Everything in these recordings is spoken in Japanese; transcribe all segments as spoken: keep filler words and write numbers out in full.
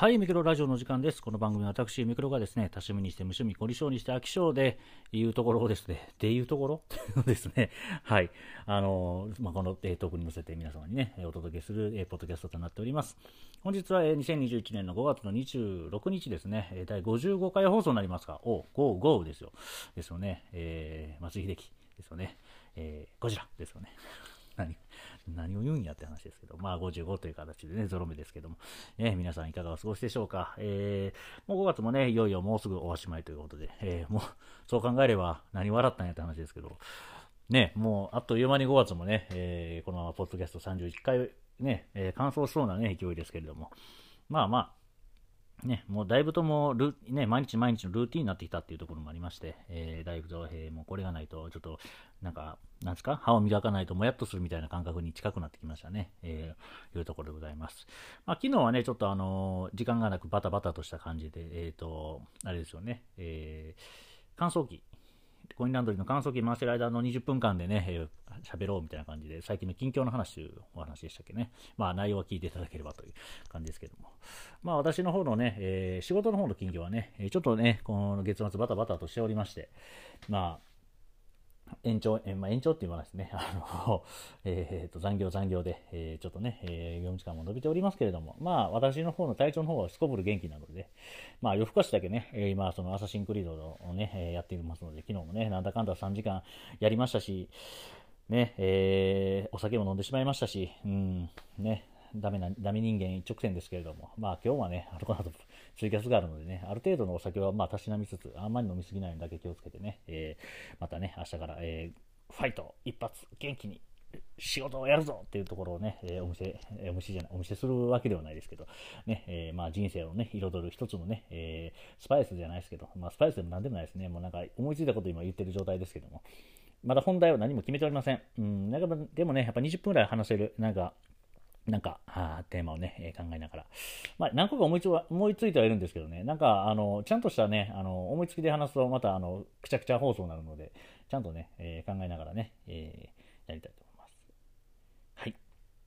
はい、ミクロラジオの時間です。この番組は私、ミクロがですね、多趣味にして無趣味、凝り性にして飽き性でいうところをですね、でいうところですね、はい、あのー、まあ、この、えー、トークに乗せて皆様にね、お届けする、えー、ポッドキャストとなっております。本日は、えー、にせんにじゅういちねんのごがつのにじゅうろくにちですね、だいごじゅうごかい放送になりますが、お、ゴーゴーですよ。ですよね、えー、松井秀喜ですよね、えー、ゴジラですよね。何何を言うんやって話ですけど、まあごじゅうごという形でね、ゾロ目ですけども、えー、皆さんいかがお過ごしでしょうか。えー、もうごがつもね、いよいよもうすぐおしまいということで、えー、もう、そう考えれば何笑ったんやって話ですけど、ね、もうあっという間にごがつもね、えー、このままポッドキャストさんじゅういっかいね、えー、完走しそうなね、勢いですけれども、まあまあ、ね、もうだいぶともル、ね、毎日毎日のルーティンになってきたっていうところもありまして、えー、だいぶと、えー、もうこれがないと、ちょっと、なんか、なんですか、歯を磨かないともやっとするみたいな感覚に近くなってきましたね、えー、いうところでございます。まあ、昨日はね、ちょっとあのー時間がなくバタバタとした感じで、えっ、ー、と、あれですよね、えー、乾燥機、コインランドリーの乾燥機回してる間のにじゅっぷんかんでね、えー喋ろうみたいな感じで、最近の近況の話というお話でしたっけね。まあ内容は聞いていただければという感じですけども。まあ私の方のね、えー仕事の方の近況はね、ちょっとね、この月末バタバタとしておりまして、まあ、延長、えーまあ、延長って言わないですね。あの、えーと、残業残業で、えーちょっとね、えー業務時間も伸びておりますけれども、まあ、私の方の体調の方はすこぶる元気なので、まあ、夜更かしだけね、えー今、そのアサシンクリードをね、えーやっていますので、昨日もね、なんだかんださんじかんやりましたし、ね、えーお酒も飲んでしまいましたし、うん、ね、ダメな、ダメ人間一直線ですけれども、まあ今日はね、あとこの後ツイキャスがあるのでね、ある程度のお酒はまあたしなみつつ、あんまり飲みすぎないようにだけ気をつけてね、えーまたね、明日から、えーファイト、一発、元気に仕事をやるぞっていうところをね、えーお見せ、えーお見せじゃない、お見せするわけではないですけど、ね、えーまあ人生をね、彩る一つのね、えースパイスじゃないですけど、まあスパイスでも何でもないですね、もうなんか思いついたことを今言ってる状態ですけども、まだ本題は何も決めておりません。うん、なんかでもね、やっぱにじゅっぷんぐらい話せる、なんか、なんか、あテーマをね、えー考えながら。まあ、何個か思いつ思いついてはいるんですけどね、なんか、あの、ちゃんとしたね、あの、思いつきで話すと、また、あの、くちゃくちゃ放送になるので、ちゃんとね、えー考えながらね、えーやりたいと思います。はい。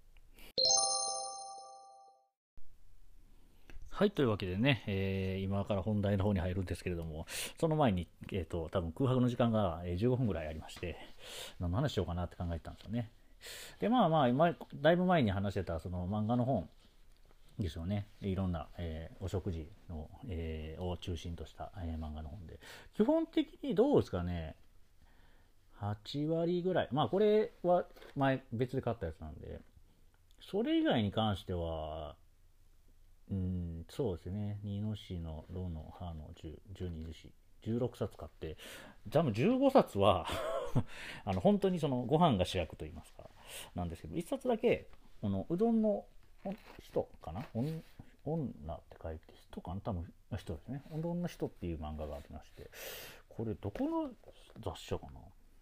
はい、というわけでね、えー今から本題の方に入るんですけれども、その前に、えっ、と、多分空白の時間がえーじゅうごふんぐらいありまして、何の話しようかなって考えてたんですよね。で、まあまあ、今だいぶ前に話してた、その漫画の本ですよね。いろんな、えーお食事の、えーを中心とした、えー漫画の本で。基本的にどうですかね、はちわりぐらい。まあ、これは前別で買ったやつなんで、それ以外に関しては、うん、そうですね。二の詩のロの歯のじゅう、十二字じゅうろくさつ買って、多分じゅうごさつはあの本当にそのご飯が主役と言いますか、なんですけど、いっさつだけ、このうどんの人かな、女って書いて人かな、多分人ですね。うどんの人っていう漫画がありまして、これどこの雑誌社かな、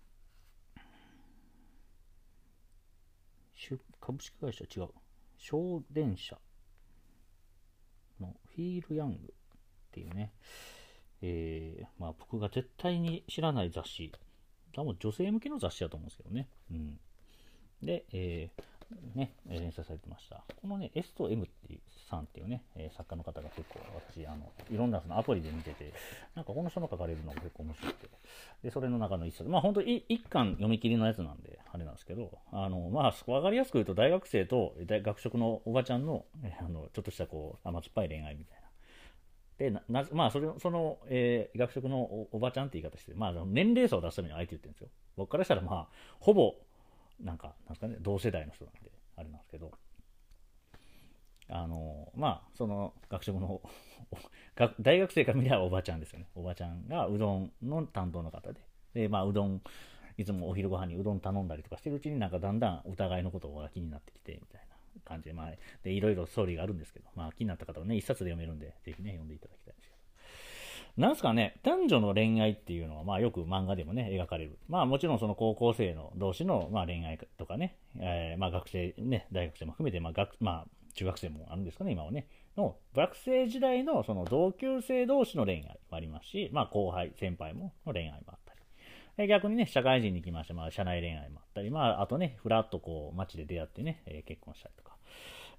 株式会社違う。小電車のフィール・ヤングっていうね、えーまあ、僕が絶対に知らない雑誌、多分女性向けの雑誌だと思うんですけどね。うん、で、えーね、連載されてました。このね、S と M っていうさんっていうね、えー作家の方が結構私、あのいろんなそのアプリで見てて、なんかこの人の書かれるのが結構面白くて、で、それの中の一冊、まあ本当に一巻読み切りのやつなんで、あれなんですけど、あの、まあ、わかりやすく言うと、大学生と大学食のおばちゃんの、えーあのちょっとしたこう、甘酸っぱい恋愛みたいな。で、ななまあ、それその、えー、学食の お, おばちゃんって言い方して、まあ、年齢差を出すためにあえて言ってるんですよ。僕からしたら、まあ、ほぼ、なんか、なんですかね、同世代の人なんで、あれなんですけど、あの、まあ、その学食の大学生から見ればおばちゃんですよね。おばちゃんがうどんの担当の方で、で、まあ、うどん、いつもお昼ご飯にうどん頼んだりとかしてるうちになんかだんだんお互いのことが気になってきてみたいな感じで、まあ、でいろいろストーリーがあるんですけど、まあ、気になった方はね、一冊で読めるんで、ぜひね、読んでいただきたいんですけど。なんすかね、男女の恋愛っていうのは、まあよく漫画でもね、描かれる。まあもちろんその高校生の同士の、まあ、恋愛とかね、えー、まあ学生、ね、大学生も含めて、まあ学、まあ中学生もあるんですかね、今はね。の、学生時代のその同級生同士の恋愛もありますし、まあ後輩、先輩もの恋愛もあったり。逆にね、社会人に来まして、まあ社内恋愛もあったり、まああとね、ふらっとこう街で出会ってね、えー結婚したりとか。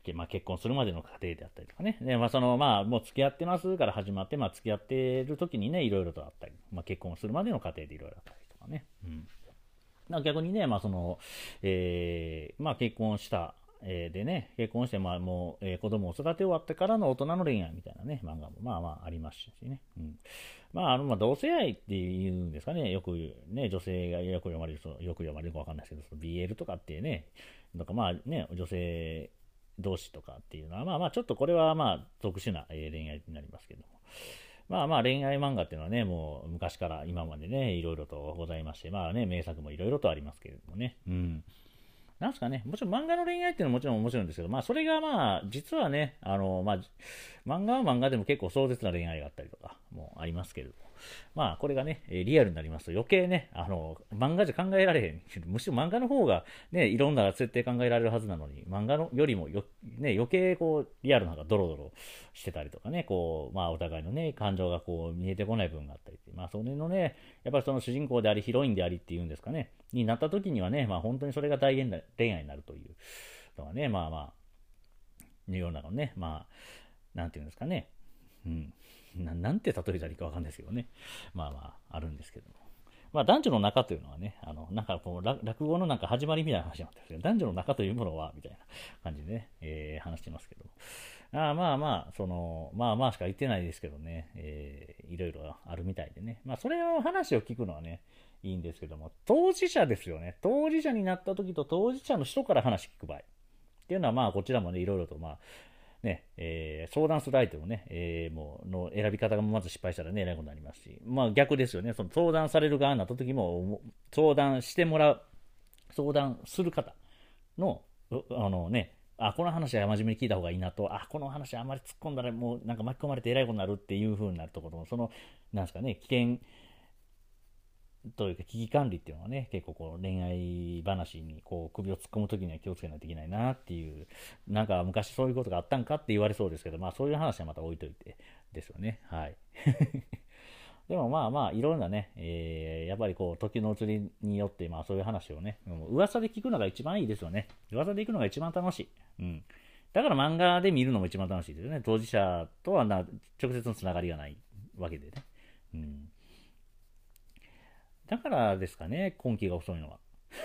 まあ、結婚するまでの過程であったりとかね。で、まあ、その、まあ、もう付き合ってますから始まって、まあ、付き合ってる時にね、いろいろとあったり、まあ、結婚するまでの過程でいろいろあったりとかね。うん。逆にね、まあそのえーまあ、結婚した、えー、でね、結婚して、まあもう、えー、子供を育て終わってからの大人の恋愛みたいなね、漫画もまあまあありますしね。うん、まあ、あのまあ同性愛っていうんですかね、よくね、女性がよく読まれる、よく読まれるかわかんないですけど、その ビーエル とかってね、なんかまあね、女性同士とかっていうのは、まあまあちょっとこれはまあ特殊な恋愛になりますけども。まあまあ恋愛漫画っていうのはね、もう昔から今までね、いろいろとございまして、まあね、名作もいろいろとありますけれどもね。うん。なんすかね、もちろん漫画の恋愛っていうのはもちろん面白いんですけど、まあそれがまあ、実はね、あの、まあ、漫画は漫画でも結構壮絶な恋愛があったりとかもありますけれども、まあこれがね、リアルになりますと余計ね、あの、漫画じゃ考えられへん。むしろ漫画の方がね、いろんな設定考えられるはずなのに、漫画のよりもよ、ね、余計こう、リアルなのがドロドロしてたりとかね、こう、まあお互いのね、感情がこう見えてこない部分があったり、まあそれのね、やっぱりその主人公であり、ヒロインでありっていうんですかね、になった時にはね、まあ本当にそれが大恋愛になるというのがね、まあまあ、世の中のね、まあ、なんていうんですかね、うん、ななんて例えたらいいかわかんないですけどね、まあまあ、あるんですけども。まあ、男女の仲というのはね、あの、なんかこう、落語のなんか始まりみたいな話になってるんですけど、男女の仲というものは、みたいな感じでね、えー、話してますけども。あまあまあ、その、まあまあしか言ってないですけどね、えー、いろいろあるみたいでね。まあ、それの話を聞くのはね、いいんですけども、当事者ですよね。当事者になった時と当事者の人から話聞く場合。っていうのは、まあ、こちらもね、いろいろと、まあ、ね、えー、相談する相手をね、えー、もう、の選び方がまず失敗したらね、えらいことになりますし、まあ逆ですよね、その相談される側になった時も、相談してもらう、相談する方の、あのね、あ、この話は真面目に聞いた方がいいなと、あ、この話はあんまり突っ込んだらもうなんか巻き込まれてえらいことになるっていう風になるところの、その、なんですかね、危険、というか危機管理っていうのはね、結構こう恋愛話にこう首を突っ込むときには気をつけないといけないなっていう、なんか昔そういうことがあったんかって言われそうですけど、まあそういう話はまた置いといてですよね。はい。でもまあまあいろんなね、えー、やっぱりこう時の移りによってまあそういう話をね、噂で聞くのが一番いいですよね。噂で行くのが一番楽しい。うん。だから漫画で見るのも一番楽しいですよね。当事者とはな直接のつながりがないわけでね。うん。だからですかね、根気が遅いのは。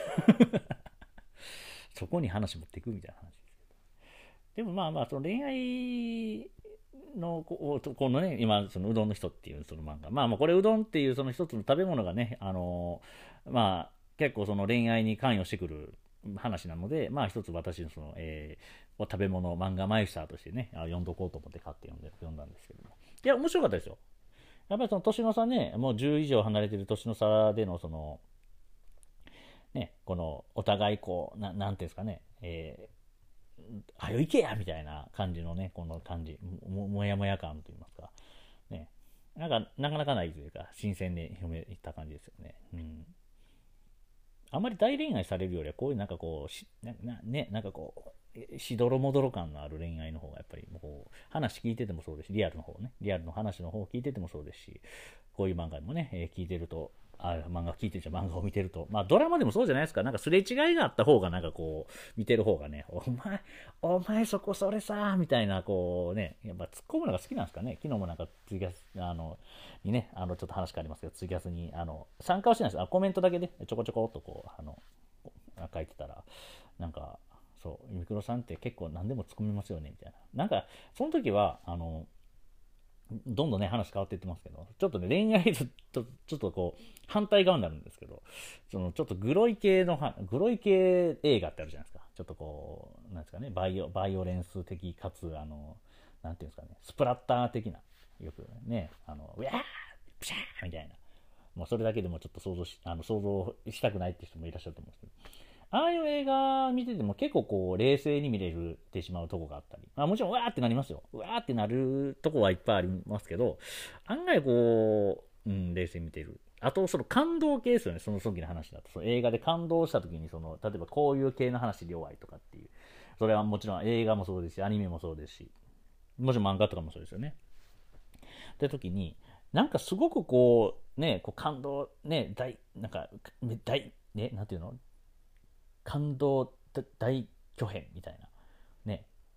そこに話持っていくみたいな話ですけど。でもまあまあ、その恋愛のここのね、今、そのうどんの人っていうその漫画。まあまあ、これうどんっていうその一つの食べ物がね、あのー、まあ、結構その恋愛に関与してくる話なので、まあ一つ私のその、えー、食べ物漫画マイスターとしてね、読んどこうと思って買って読んで読んだんですけども。いや、面白かったですよ。やっぱりその年の差ね、もうじゅう以上離れてる年の差でのその、ね、このお互いこう、ななんていうんですかね、えー、はよ行けやみたいな感じのね、この感じ、ももやもや感といいますか、ね、なんかなかなかないというか、新鮮に読めた感じですよね。うん。あんまり大恋愛されるよりは、こういうなんかこう、しななね、なんかこう、しどろもどろ感のある恋愛の方がやっぱりこう話聞いててもそうですし、リアルの方ね、リアルの話の方を聞いててもそうですし、こういう漫画もね、えー聞いてると、あ漫画聞いてるじゃ漫画を見てると、まあドラマでもそうじゃないですか、なんかすれ違いがあった方がなんかこう、見てる方がね、お前、お前そこそれさ、みたいなこうね、やっぱ突っ込むのが好きなんですかね。昨日もなんかツイキャス、あの、にね、あのちょっと話変わりますけど、ツイキャスにあの参加はしてないです。あコメントだけでちょこちょこっとこう、あの、書いてたら、なんか、そう、ユミクロさんって結構何でも突っ込みますよね、みたいな。なんか、その時は、あの、どんどんね、話変わっていってますけど、ちょっとね、恋愛と、ちょっとこう、反対側になるんですけど、その、ちょっとグロい系の、グロい系映画ってあるじゃないですか。ちょっとこう、なんですかね、バイオ、バイオレンス的かつ、あの、なんていうんですかね、スプラッター的な、よくね、あの、うわープシャーみたいな。もうそれだけでもちょっと想像し、あの、想像したくないって人もいらっしゃると思うんですけど、ああいう映画見てても結構こう冷静に見れるてしまうとこがあったり、まあ、もちろんうわーってなりますよ。うわーってなるとこはいっぱいありますけど、案外こう、うん、冷静に見てる。あと、その感動系ですよね、その時の話だと。その映画で感動した時に、その、例えばこういう系の話で弱いとかっていう。それはもちろん映画もそうですし、アニメもそうですし、もちろん漫画とかもそうですよね。って時に、なんかすごくこう、ね、こう感動、ね、大、なんか、大、ね、なんていうの感動大巨編みたいな。ね。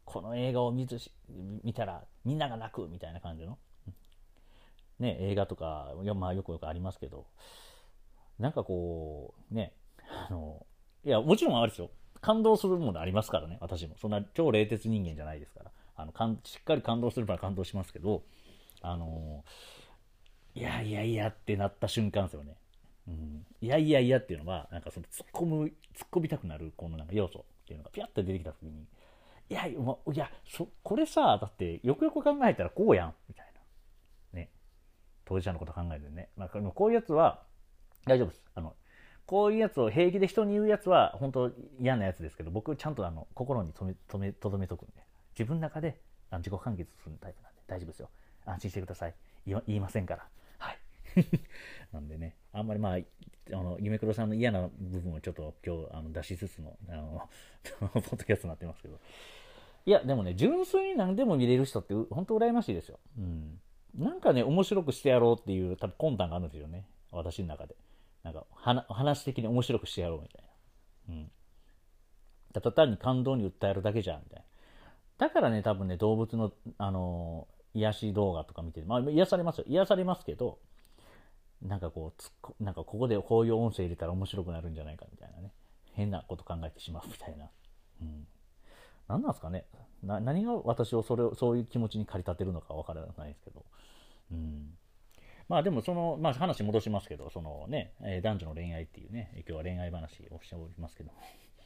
この映画を見ずし見たらみんなが泣くみたいな感じの、ね、映画とか、まあ、よくよくありますけど、なんかこうね、あのいやもちろんあれですよ、感動するものありますからね。私もそんな超冷徹人間じゃないですから、あのかんしっかり感動するから感動しますけど、あのいやいやいやってなった瞬間ですよね。うん、いやいやいやっていうのはなんかその突っ込む突っ込みたくなるこのなんか要素っていうのがピャッと出てきた時に、いやいやそこれさ、だってよくよく考えたらこうやんみたいなね、当事者のこと考えてね、まあ、こういうやつは大丈夫です。あのこういうやつを平気で人に言うやつは本当嫌なやつですけど、僕ちゃんとあの心に留め留め留めとくんで、自分の中で自己完結するタイプなんで大丈夫ですよ。安心してください。言いませんから。はい。なんでね、あんまりまあ、あの夢黒さんの嫌な部分をちょっと今日あの出しつつのあのポッドキャストになってますけど、いやでもね、純粋に何でも見れる人って本当羨ましいですよ。うん。なんかね、面白くしてやろうっていう多分魂胆があるんですよね、私の中で。なんか話的に面白くしてやろうみたいな。うん。ただ単に感動に訴えるだけじゃんみたいな。だからね、多分ね、動物の、あのー癒し動画とか見て、まあ、癒されますよ。癒されますけど、なんかこう、つっこなんかここでこういう音声入れたら面白くなるんじゃないかみたいなね。変なこと考えてしまうみたいな。うん。何なんですかね。な何が私をそれをそういう気持ちに駆り立てるのかわからないですけど。うん。まあでもその、まあ話戻しますけど、そのね、えー男女の恋愛っていうね、今日は恋愛話をしておりますけど、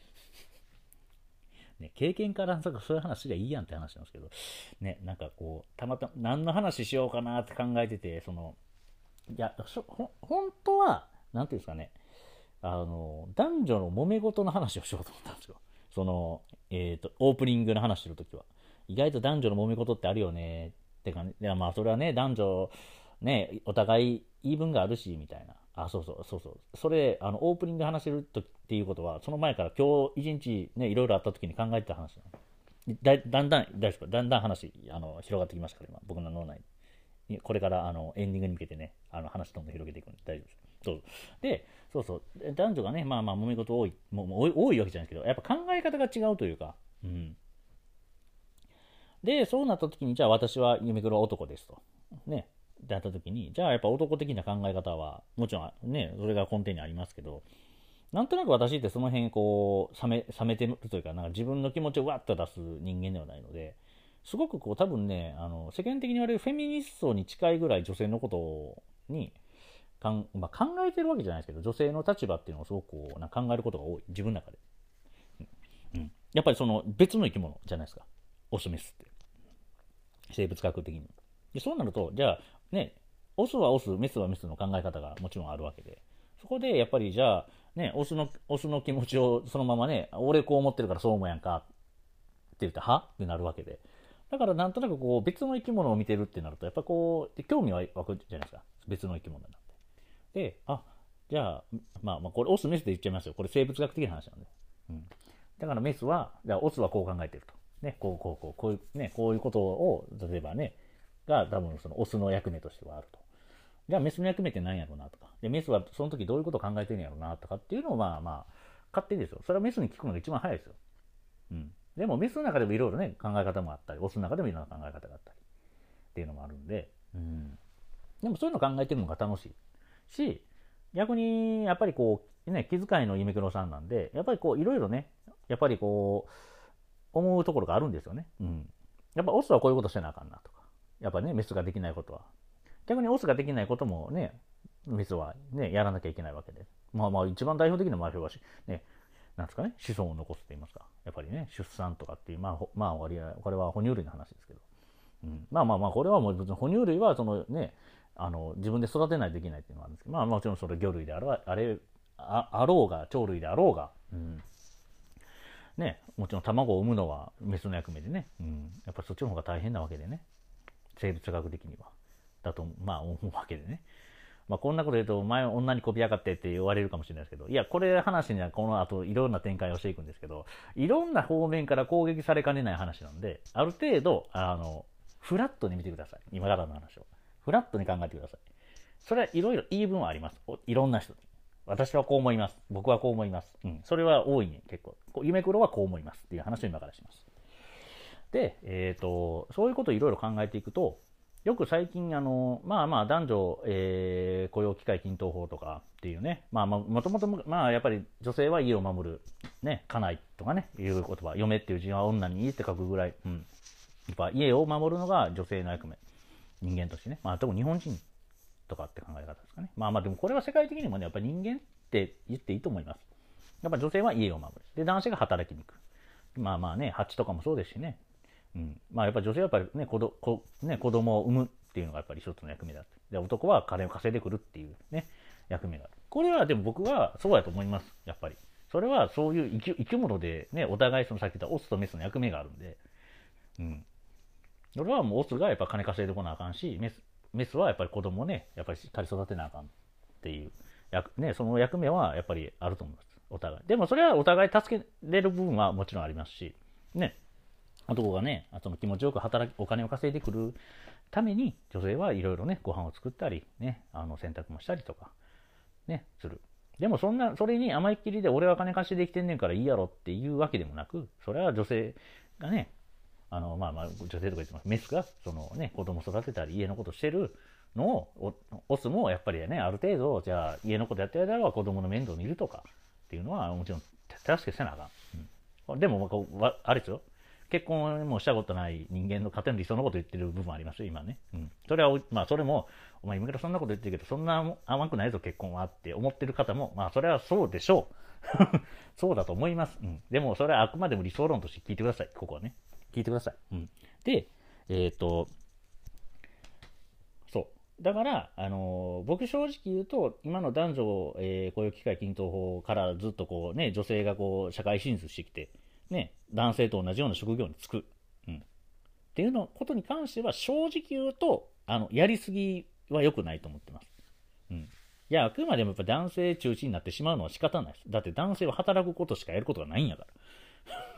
ね、経験からそういう話すりゃいいやんって話なんですけど、ね、なんかこう、たまたま何の話しようかなって考えてて、その、いや、ほ本当は、なんていうんですかね、あの、男女の揉め事の話をしようと思ったんですよ。その、えっ、ー、と、オープニングの話するときは。意外と男女の揉め事ってあるよねってかね、いやまあそれはね、男女、ね、お互い言い分があるし、みたいな。あ、そうそうそうそう。それ、あの、オープニングで話せるとっていうことは、その前から今日一日ね、いろいろあった時に考えてた話なの。だだんだん、大丈夫だんだん話、あの、広がってきましたから、今、僕の脳内に。これからあのエンディングに向けてね、あの話どんどん広げていくんで大丈夫です。そうで、そうそう、男女がね、まあまあ揉め事多い、もうもう多いわけじゃないですけど、やっぱ考え方が違うというか、うん。で、そうなった時に、じゃあ私は夢黒男ですと。ね。であった時に、じゃあやっぱ男的な考え方は、もちろんね、それが根底にありますけど、なんとなく私ってその辺こう、冷め、冷めてるというか、なんか自分の気持ちをわっと出す人間ではないので、すごくこう多分ね、あの世間的に言われるフェミニストに近いぐらい女性のことにかん、まあ、考えてるわけじゃないですけど、女性の立場っていうのをすごくこうな考えることが多い、自分の中で。うん、やっぱりその別の生き物じゃないですか、オスメスって。生物学的に。でそうなると、じゃあね、オスはオス、メスはメスの考え方がもちろんあるわけで、そこでやっぱりじゃあ、ね、オスのオスの気持ちをそのままね、俺こう思ってるからそう思うやんかって言って、はってなるわけで。だからなんとなくこう別の生き物を見てるってなると、やっぱこう、興味は湧くじゃないですか。別の生き物なんて。で、あ、じゃあ、まあまあこれオスメスで言っちゃいますよ。これ生物学的な話なんで。うん。だからメスは、じゃあオスはこう考えてると。ね、こうこうこう、こういう、ね、こういうことを、例えばね、が多分そのオスの役目としてはあると。じゃあメスの役目って何やろうなとか。で、メスはその時どういうことを考えてるんやろうなとかっていうのをまあまあ、勝手にですよ。それはメスに聞くのが一番早いですよ。うん。でもメスの中でもいろいろね、考え方もあったり、オスの中でもいろんな考え方があったりっていうのもあるんで、うん。でもそういうの考えてるのが楽しいし、逆にやっぱりこう、ね、気遣いの夢黒さんなんで、やっぱりこう、いろいろね、やっぱりこう、思うところがあるんですよね。うん。やっぱオスはこういうことしてなあかんなとか。やっぱね、メスができないことは。逆にオスができないこともね、メスはね、やらなきゃいけないわけで。まあまあ、一番代表的な目標はし、ね、なんですかね、子孫を残すと言いますか。やっぱりね、出産とかっていう、まあ、まあ、これは哺乳類の話ですけど。うん、まあまあまあ、これはもう別に哺乳類は、そのね、あの、自分で育てないといけないっていうのはあるんですけど、まあもちろんそれ魚類であるあれ、ああろうが、鳥類であろうが、うん、ね、もちろん卵を産むのはメスの役目でね、うん、やっぱりそっちの方が大変なわけでね、生物学的には。だと、まあ思うわけでね。まあこんなこと言うと、前女にこびやがってって言われるかもしれないですけど、いや、これ話にはこの後いろんな展開をしていくんですけど、いろんな方面から攻撃されかねない話なんで、ある程度、あの、フラットに見てください。今からの話を。フラットに考えてください。それはいろいろ言い分はあります。いろんな人に。私はこう思います。僕はこう思います。うん。それは大いに結構。夢黒はこう思いますっていう話を今からします。 で、えーと、そういうことをいろいろ考えていくと、よく最近あの、まあまあ男女、えー雇用機会均等法とかっていうね、まあまあもともと、まあやっぱり女性は家を守る、ね、家内とかね、いう言葉、嫁っていう字は女にいいって書くぐらい、うん、やっぱ家を守るのが女性の役目、人間としてね、まあ特に日本人とかって考え方ですかね。まあまあでもこれは世界的にもね、やっぱり人間って言っていいと思います。やっぱ女性は家を守る。で、男性が働きに行く。まあまあね、ハチとかもそうですしね。うん、まあやっぱり女性はやっぱりね、子どこね子供を産むっていうのがやっぱり一つの役目だって。で、男は金を稼いでくるっていうね、役目がある。これはでも僕はそうやと思います。やっぱり。それはそういう生き生き物でね、お互いそのさっき言ったオスとメスの役目があるんで、うん。それはもうオスがやっぱ金稼いでこなあかんし、メスメスはやっぱり子供をね、やっぱりしっかり育てなあかんっていう役、ね、その役目はやっぱりあると思います。お互い。でもそれはお互い助けれる部分はもちろんありますし、ね、男がね、その気持ちよく働き、お金を稼いでくるために、女性はいろいろね、ご飯を作ったり、ね、あの洗濯もしたりとか、ね、する。でもそんな、それに甘いっきりで俺は金貸しできてんねんからいいやろっていうわけでもなく、それは女性がね、あの、まあまあ、女性とか言ってます。メスが、そのね、子供育てたり、家のことしてるのを、オスもやっぱりね、ある程度、じゃあ、家のことやってる間は子供の面倒を見るとかっていうのは、もちろん手助けせなあかん。うん、でも、あれですよ。結婚もしたことない人間の家庭の理想のこと言ってる部分ありますよ、今ね。うん。それは、まあ、それも、お前、今からそんなこと言ってるけど、そんな甘くないぞ、結婚はって思ってる方も、まあ、それはそうでしょう。そうだと思います。うん。でも、それはあくまでも理想論として聞いてください、ここはね。聞いてください。うん。で、えっ、ー、と、そう。だから、あのー、僕正直言うと、今の男女、えー、雇用機会均等法からずっとこうね、女性がこう、社会進出してきて、ね、男性と同じような職業に就く。うん。っていうのことに関しては、正直言うと、あの、やりすぎは良くないと思ってます。うん。いや、あくまでもやっぱ男性中心になってしまうのは仕方ないです。だって男性は働くことしかやることがないんやから。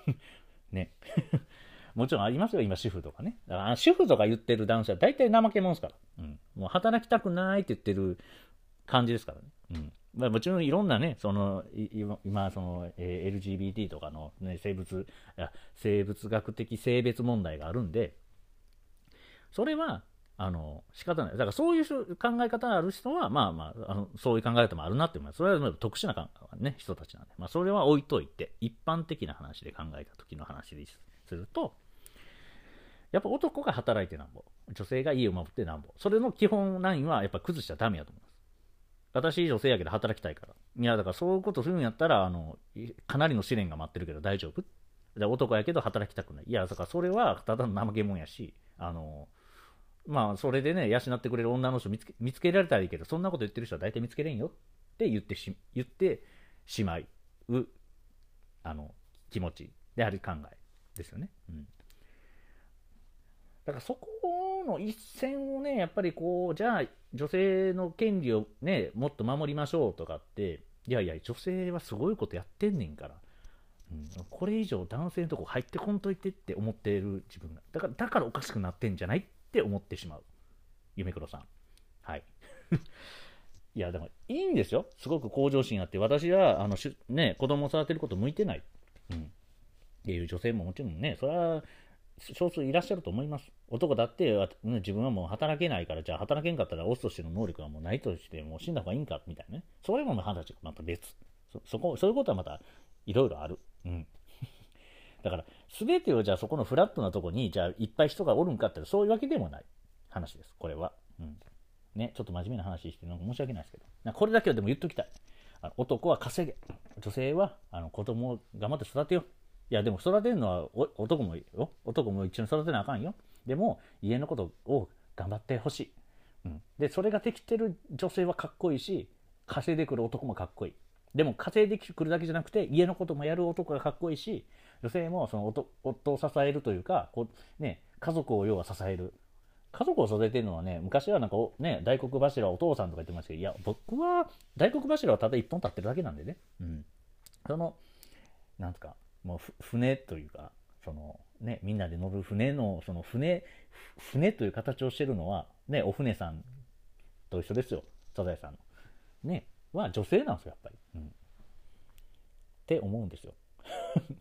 ね。もちろんありますよ、今、主婦とかね。だから主婦とか言ってる男性は大体怠け者ですから。うん。もう働きたくないって言ってる感じですからね。うん。まあ、もちろんいろんなね、その今その、えー、エルジービーティー とかの、ね、生物生物学的性別問題があるんで、それはあの仕方ない。だからそういう考え方がある人は、まあまあ、あのそういう考え方もあるなって思います。それは特殊な、ね、人たちなんで、まあ、それは置いといて、一般的な話で考えた時の話ですると、やっぱ男が働いてなんぼ、女性が家を守ってなんぼ、それの基本ラインはやっぱ崩しちゃダメやと思います。私女性やけど働きたいから。いや、だからそういうことするんやったら、あの、かなりの試練が待ってるけど大丈夫？で男やけど働きたくない。いや、だからそれはただの怠け者やし、あの、まあ、それでね、養ってくれる女の人見つけ見つけられたらいいけど、そんなこと言ってる人は大体見つけれんよって言ってし言ってしまう、あの、気持ちである考えですよね。うん。だからそこの一線をね、やっぱりこう、じゃあ女性の権利をね、もっと守りましょうとかって、いやいや、女性はすごいことやってんねんから、うん、これ以上男性のとこ入ってこんといてって思っている自分が、だから、だからおかしくなってんじゃないって思ってしまう。夢黒さん。はい。いや、でもいいんですよ。すごく向上心あって、私は、あの、ね、子供を育てること向いてない。うん。っていう女性ももちろんね、それは、少数いらっしゃると思います。男だって、ね、自分はもう働けないから、じゃあ働けんかったらオスとしての能力はもうないとして、もう死んだ方がいいんかみたいなね。それも話がまた別。そ、そこ、そういうことはまたいろいろある。うん。だから、すべてをじゃあそこのフラットなとこに、じゃあいっぱい人がおるんかってそういうわけでもない話です。これは。うん。ね、ちょっと真面目な話してなんか申し訳ないですけど。これだけはでも言っときたい。あの男は稼げ。女性はあの子供を頑張って育てよう。いや、でも育てるのは男もいいよ。男も一緒に育てなあかんよ。でも、家のことを頑張ってほしい。うん。で、それができてる女性はかっこいいし、稼いでくる男もかっこいい。でも、稼いでくるだけじゃなくて、家のこともやる男がかっこいいし、女性もその夫を支えるというか、こうね、家族を要は支える。家族を育ててるのはね、昔はなんかね、大黒柱お父さんとか言ってましたけど、いや、僕は大黒柱はただ一本立ってるだけなんでね。うん。その、なんですか、もう船というか、そのね、みんなで乗る船のその船船という形をしてるのはね、お船さんと一緒ですよ。サザエさんのねは女性なんですよ、やっぱり。うん、って思うんですよ。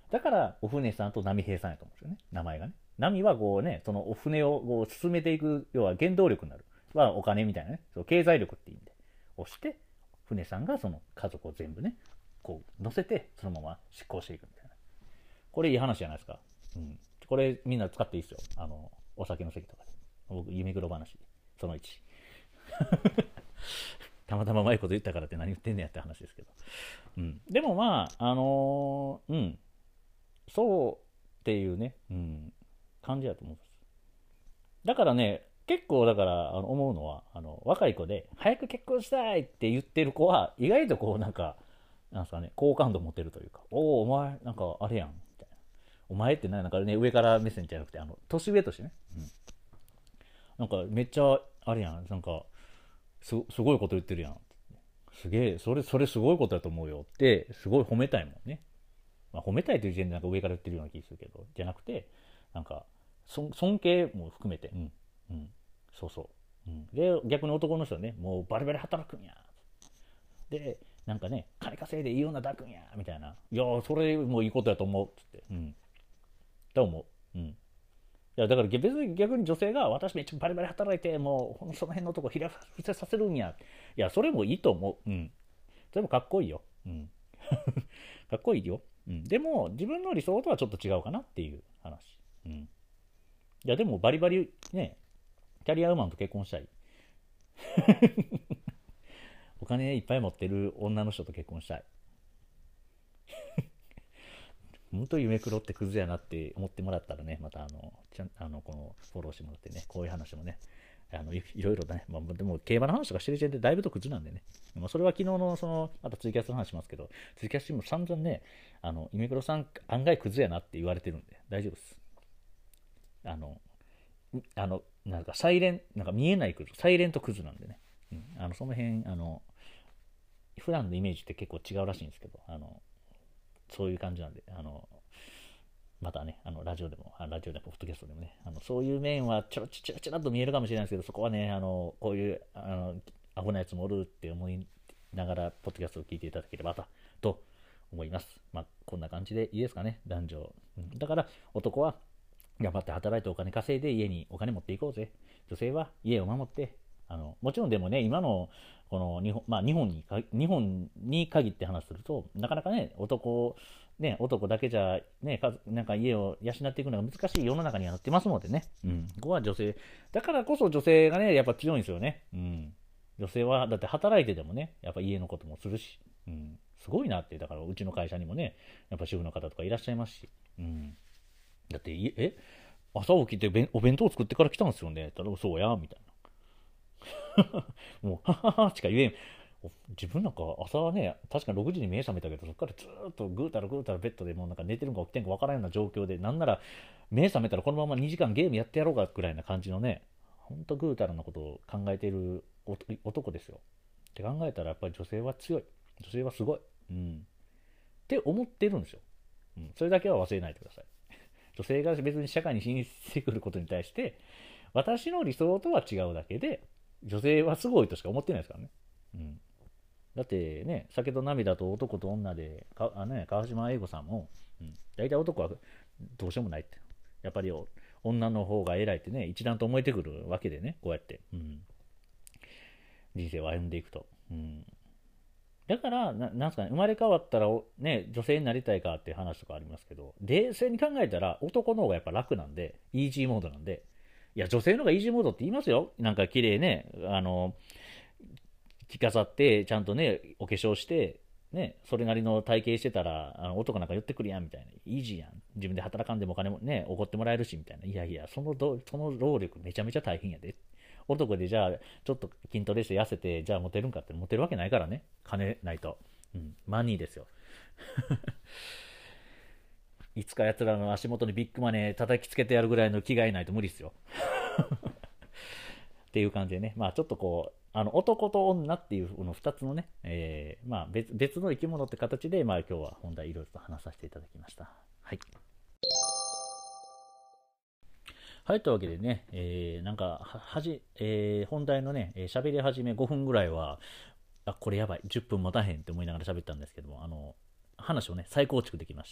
だからお船さんと波平さんやと思うんですよね、名前がね。波はこうね、そのお船をこう進めていく、要は原動力になる。はお金みたいなね、そう経済力って意味で押して、船さんがその家族を全部ね、こう乗せて、そのまま執行していくみたいな。これいい話じゃないですか。うん。これみんな使っていいですよ。あの、お酒の席とかで。僕、夢黒話。そのいち。たまたまうまいこと言ったからって何言ってんねやって話ですけど。うん。でもまあ、あのー、うん。そうっていうね、うん、感じだと思うんです。だからね、結構だからあの思うのは、あの若い子で早く結婚したいって言ってる子は意外とこうなんかなんですかね、好感度持てるというか、おおお前なんかあれやんみたいな、お前ってなんかね、上から目線じゃなくてあの年上としてね、うん、なんかめっちゃあれやん、なんかすすごいこと言ってるやん、すげえ、それそれすごいことだと思うよってすごい褒めたいもんね。まあ、褒めたいという時点でなんか上から言ってるような気がするけど、じゃなくてなんか尊敬も含めて、うんうん、そうそう、うん、で逆に男の人はね、もうバリバリ働くんやで、なんかね、金稼いでいいような抱くんやみたいな、いやそれもいいことやと思うっつって、うん、と思う、うん、いやだから別に逆に女性が私めっちゃバリバリ働いてもうその辺のとこひら伏せさせるんや、いやそれもいいと思う、うん、それもかっこいいよ、うん、かっこいいよ、うん、でも自分の理想とはちょっと違うかなっていう話、うん、いやでもバリバリね、キャリアウーマンと結婚したいお金いっぱい持ってる女の人と結婚したい本当に夢黒ってクズやなって思ってもらったらね、またあのちゃんあのこのフォローしてもらってね、こういう話もね、あのいいろいろね、まあ、でも競馬の話とかしてる時点でだいぶとクズなんでね、まあ、それは昨日のそのまたツイキャスの話しますけど、ツイキャスも散々ね、あの夢黒さん案外クズやなって言われてるんで大丈夫です。あのあのなんかサイレンなんか見えないクズ、サイレントクズなんでね、うん、あのその辺あの普段のイメージって結構違うらしいんですけど、あのそういう感じなんで、あのまたね、あのラジオでも、あラジオでも、ポッドキャストでもね、あのそういう面はちょろちょろちょろっと見えるかもしれないですけど、そこはね、あのこういうあのアホなやつもおるって思いながら、ポッドキャストを聞いていただければと思います。まあ、こんな感じでいいですかね、男女。うん、だから、男は頑張って働いてお金稼いで家にお金持っていこうぜ。女性は家を守って、あのもちろんでもね、今のこの日本、まあ、日本に日本に限って話すると、なかなかね、男、ね、男だけじゃ、ね、なんか家を養っていくのが難しい世の中にはなってますのでね、うん、ここは女性、だからこそ女性がね、やっぱ強いんですよね。うん、女性は、だって働いてでもね、やっぱ家のこともするし、うん、すごいなって、だからうちの会社にもね、やっぱ主婦の方とかいらっしゃいますし、うん、だって、え朝起きてお弁当作ってから来たんですよね。ただそうや、みたいな。もう、はははしか言えん。自分なんか朝はね、確かにろくじに目覚めたけど、そこからずっとぐうたらぐうたらベッドでもうなんか寝てるんか起きてんか分からんような状況で、なんなら目覚めたらこのままにじかんゲームやってやろうかぐらいな感じのね、ほんとぐうたらなことを考えている男ですよ。って考えたらやっぱり女性は強い。女性はすごい。うん。って思ってるんですよ。うん。それだけは忘れないでください。女性が別に社会に進出してくることに対して私の理想とは違うだけで女性はすごいとしか思ってないですからね、うん、だってね、酒と涙と男と女でかあ、ね、川島英語さんも、うん、大体男はどうしようもないって、やっぱり女の方が偉いってね一段と思えてくるわけでね、こうやって、うん、人生を歩んでいくと、うん、だからな、なんすかね、生まれ変わったら、ね、女性になりたいかっていう話とかありますけど、冷静に考えたら、男の方がやっぱ楽なんで、イージーモードなんで、いや、女性の方がイージーモードって言いますよ。なんか綺麗ね、あの、着飾って、ちゃんとね、お化粧して、ね、それなりの体型してたら、あの男なんか寄ってくるやんみたいな、イージーやん。自分で働かんでもお金もね、おごってもらえるしみたいな。いやいや、そのどその労力めちゃめちゃ大変やで。男でじゃあちょっと筋トレして痩せてじゃあモテるんかってモテるわけないからね、金ないと、うん、マニーですよいつかやつらの足元にビッグマネー叩きつけてやるぐらいの気概ないと無理ですよっていう感じでね、まあちょっとこうあの男と女っていうこのふたつのね、えーまあ、別, 別の生き物って形で、まあ、今日は本題いろいろと話させていただきました。はい。はい、というわけでね、えー、なんか、はじ、えー、本題のね、喋り始めごふんぐらいは、あ、これやばい、じゅっぷん持たへんって思いながら喋ったんですけども、あの、話をね、再構築できまして、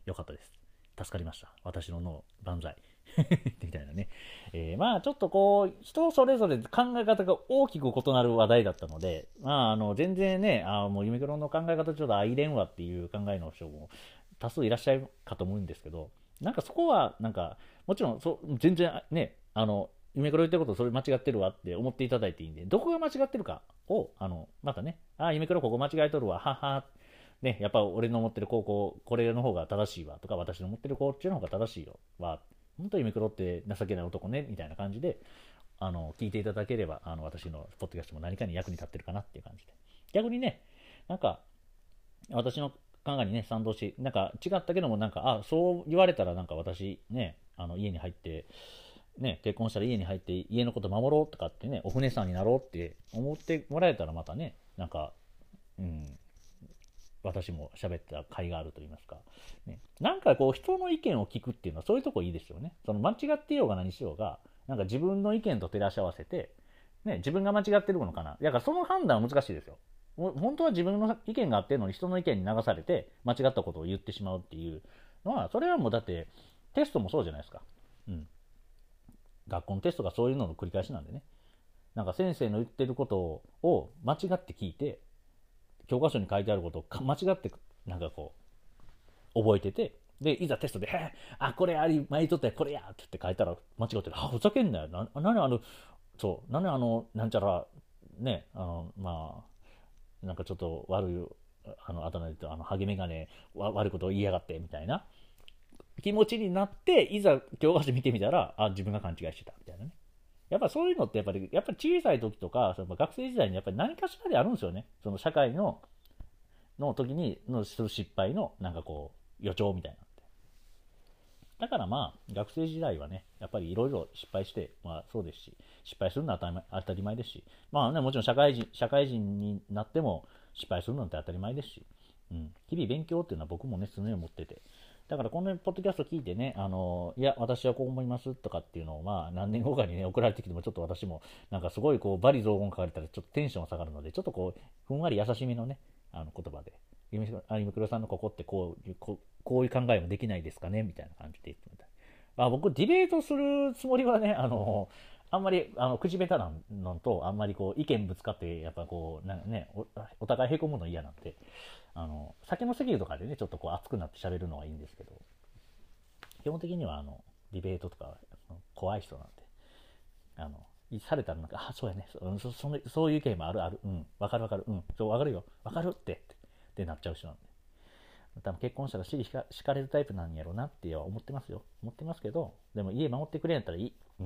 よかったです。助かりました。私の脳、万歳。みたいなね。えー、まあちょっとこう、人それぞれ考え方が大きく異なる話題だったので、まああの、全然ね、あもうユミクロの考え方ちょっと相入れんわっていう考えの人も多数いらっしゃるかと思うんですけど、なんかそこは、なんか、もちろんそ、全然ね、あの、ユミクロ言ってることそれ間違ってるわって思っていただいていいんで、どこが間違ってるかを、あの、またね、あ、ユミクロここ間違えとるわ、ははね、やっぱ俺の持ってる高校、これの方が正しいわとか、私の持ってるこっちの方が正しいよは、本当にミクロって情けない男ね、みたいな感じで、あの、聞いていただければ、あの、私のポッドキャストも何かに役に立ってるかなっていう感じで。逆にね、なんか、私の考えにね、賛同し、なんか違ったけども、なんか、あ、そう言われたらなんか私ね、あの、家に入って、ね、結婚したら家に入って家のこと守ろうとかってね、お船さんになろうって思ってもらえたらまたね、なんか、うん、私も喋った甲斐があると言いますか、ね、なんかこう人の意見を聞くっていうのはそういうとこいいですよね。その間違っていようが何しようが、なんか自分の意見と照らし合わせて、ね、自分が間違ってるのかな。だからその判断は難しいですよ。本当は自分の意見があってんのに人の意見に流されて間違ったことを言ってしまうっていうのは、それはもうだってテストもそうじゃないですか。うん。学校のテストがそういうのの繰り返しなんでね。なんか先生の言ってることを間違って聞いて、教科書に書いてあることを間違ってなんかこう覚えてて、でいざテストで「へあこれあり前にとってこれや」って言って書いたら間違ってる。あふざけんなよ。な何あのそう何あのなんちゃらね、あのまあなんかちょっと悪いあの頭で言うとあのハゲメガネ悪いことを言いやがってみたいな気持ちになって、いざ教科書見てみたらあ自分が勘違いしてたみたいなね。やっぱそういうのってやっぱりやっぱり小さい時とかその学生時代にやっぱり何かしらであるんですよね。その社会のの時にのする失敗のなんかこう予兆みたいな。だからまあ学生時代はねやっぱりいろいろ失敗して、まあそうですし、失敗するのは当たり前当たり前ですし、まあねもちろん社会人社会人になっても失敗するのって当たり前ですし、うん、日々勉強っていうのは僕もね常に思ってて、だからこのポッドキャスト聞いてね、あのいや私はこう思いますとかっていうのをまあ何年後かにね送られてきてもちょっと私もなんかすごいこう罵詈雑言書かれたらちょっとテンションが下がるので、ちょっとこうふんわり優しめのねあの言葉でゆみくろさんのここってこういうこうこういう考えもできないですかねみたいな感じで言ってみたい。まあ、僕ディベートするつもりはね、あのあんまりあの口下手なのとあんまりこう意見ぶつかってやっぱこうな、ね、お, お互いへこむの嫌なんで、あの酒の席とかでねちょっとこう熱くなって喋るのはいいんですけど、基本的にはあのディベートとか怖い人なんで、あのされたらなんかあそうやね そ, そ, そ, そういう意見もあるあるうんわかるわかるうんそうわかるよわかるってってなっちゃう人なんで、多分結婚したら尻敷かれるタイプなんやろうなって思ってますよ。思ってますけど、でも家守ってくれんやったらいい。うん。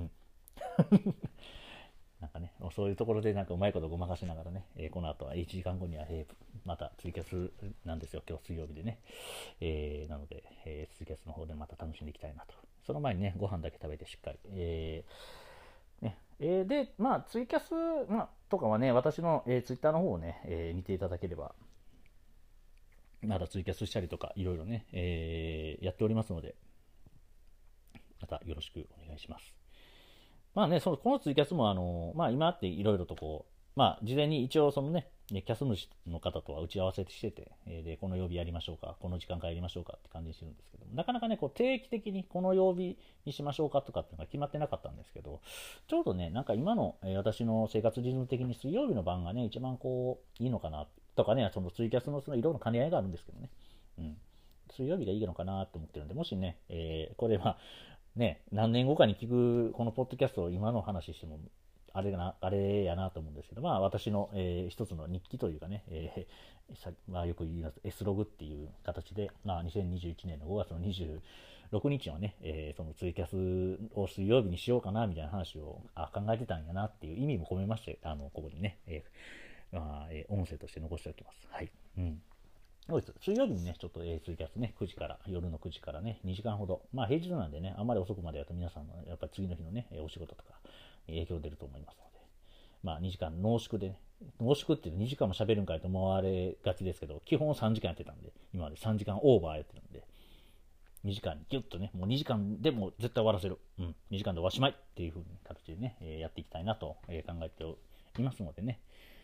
なんかね、そういうところでなんかうまいことごまかしながらね、えー、この後はいちじかんごには、えー、またツイキャスなんですよ。今日水曜日でね。えー、なので、えー、ツイキャスの方でまた楽しんでいきたいなと。その前にね、ご飯だけ食べてしっかり。えーねえー、で、まあ、ツイキャス、まあ、とかはね、私の、えー、ツイッターの方をね、えー、見ていただければ、まだツイキャスしたりとかいろいろね、えー、やっておりますので、またよろしくお願いします。まあね、そのこのツイキャスもあの、まあ、今あっていろいろとこう、まあ、事前に一応そのね、キャス主の方とは打ち合わせしてて、でこの曜日やりましょうか、この時間からやりましょうかって感じにしてるんですけども、なかなかね、こう定期的にこの曜日にしましょうかとかっていうのが決まってなかったんですけど、ちょうどね、なんか今の、えー、私の生活リズム的に水曜日の晩がね、一番こういいのかなとかね、そのツイキャスのそのいろいろ兼ね合いがあるんですけどね、うん、水曜日がいいのかなと思ってるんで、もしね、えー、これはね、何年後かに聞くこのポッドキャストを今の話しても、あれなあれやなと思うんですけど、まあ私の、えー、一つの日記というかね、えーまあ、よく言います S ログっていう形で、まあ、にせんにじゅういちねんのごがつのにじゅうろくにちはね、えー、そのツイキャスを水曜日にしようかなみたいな話をあ考えてたんやなっていう意味も込めまして、あのここにね、えーまあえー、音声として残しておきます。はい。うん。水曜日にね、ちょっと、えー、ツイキャスね、くじから、夜のくじからね、にじかんほど、まあ平日なんでね、あんまり遅くまでやると皆さんの、やっぱり次の日のね、お仕事とか、影響出ると思いますので、まあにじかん濃縮でね、濃縮ってにじかんも喋るんかいと思われがちですけど、基本さんじかんやってたんで、今までさんじかんオーバーやってるんで、にじかんにギュッとね、もうにじかんでも絶対終わらせる。うん、にじかんでおしまいっていう風に形でね、えー、やっていきたいなと、えー、考えていますのでね、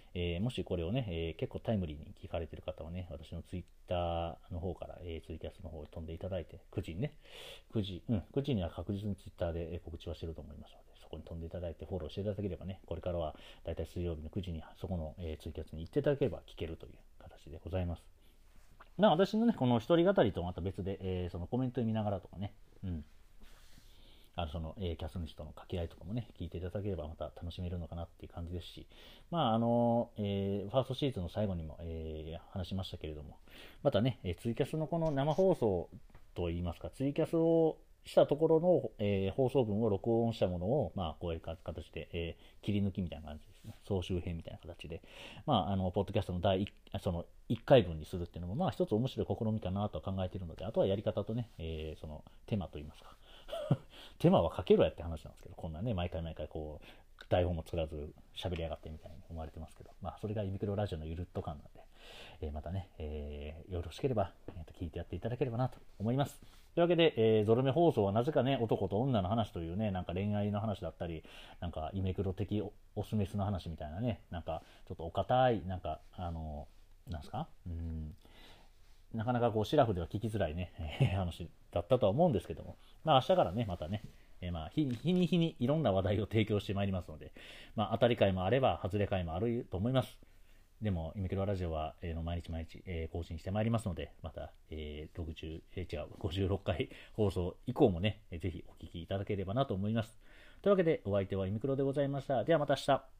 えー、もしこれをね、えー、結構タイムリーに聞かれている方はね、私のツイッターの方から、えー、ツイキャスの方に飛んでいただいて、くじにね、くじ、うん、くじには確実にツイッターで告知はしてると思いますので、そこに飛んでいただいてフォローしていただければね、これからはだいたい水曜日のくじにそこの、えー、ツイキャスに行っていただければ聞けるという形でございます。まあ私のね、この一人語りとまた別で、えー、そのコメント見ながらとかね、うん。あのその、えー、キャスの人の掛け合いとかもね、聞いていただければまた楽しめるのかなっていう感じですし、まああの、えー、ファーストシーズンの最後にも、えー、話しましたけれども、またね、ツイキャスのこの生放送といいますか、ツイキャスをしたところの、えー、放送分を録音したものを、まあ、こういう形で、えー、切り抜きみたいな感じですね。総集編みたいな形で、まあ、あの、ポッドキャストの第 1, そのいっかいぶんにするっていうのも、まあ、一つ面白い試みかなとは考えているので、あとはやり方とね、えー、その、手間といいますか、手間はかけろやって話なんですけど、こんなね、毎回毎回こう、台本も作らず喋りやがってみたいに思われてますけど、まあ、それがユニクロラジオのゆるっと感なんで、えー、またね、えー、よろしければ、えー、と聞いてやっていただければなと思います。というわけで、えー、ゾロ目放送はなぜかね、男と女の話というね、なんか恋愛の話だったり、なんかイメクロ的オスメスの話みたいなね、なんかちょっとお堅い、なんか、あの、なんすか、うん、なかなかこうシラフでは聞きづらいね、話だったとは思うんですけども、まあ明日からね、またね、えー、まあ日に日にいろんな話題を提供してまいりますので、まあ当たり会もあれば、外れ会もあると思います。でも、イメクロラジオは、えー、毎日毎日、えー、更新してまいりますので、また、えー、ろくじゅう、えー、違う、ごじゅうろっかい放送以降もね、えー、ぜひお聞きいただければなと思います。というわけで、お相手はイメクロでございました。ではまた明日。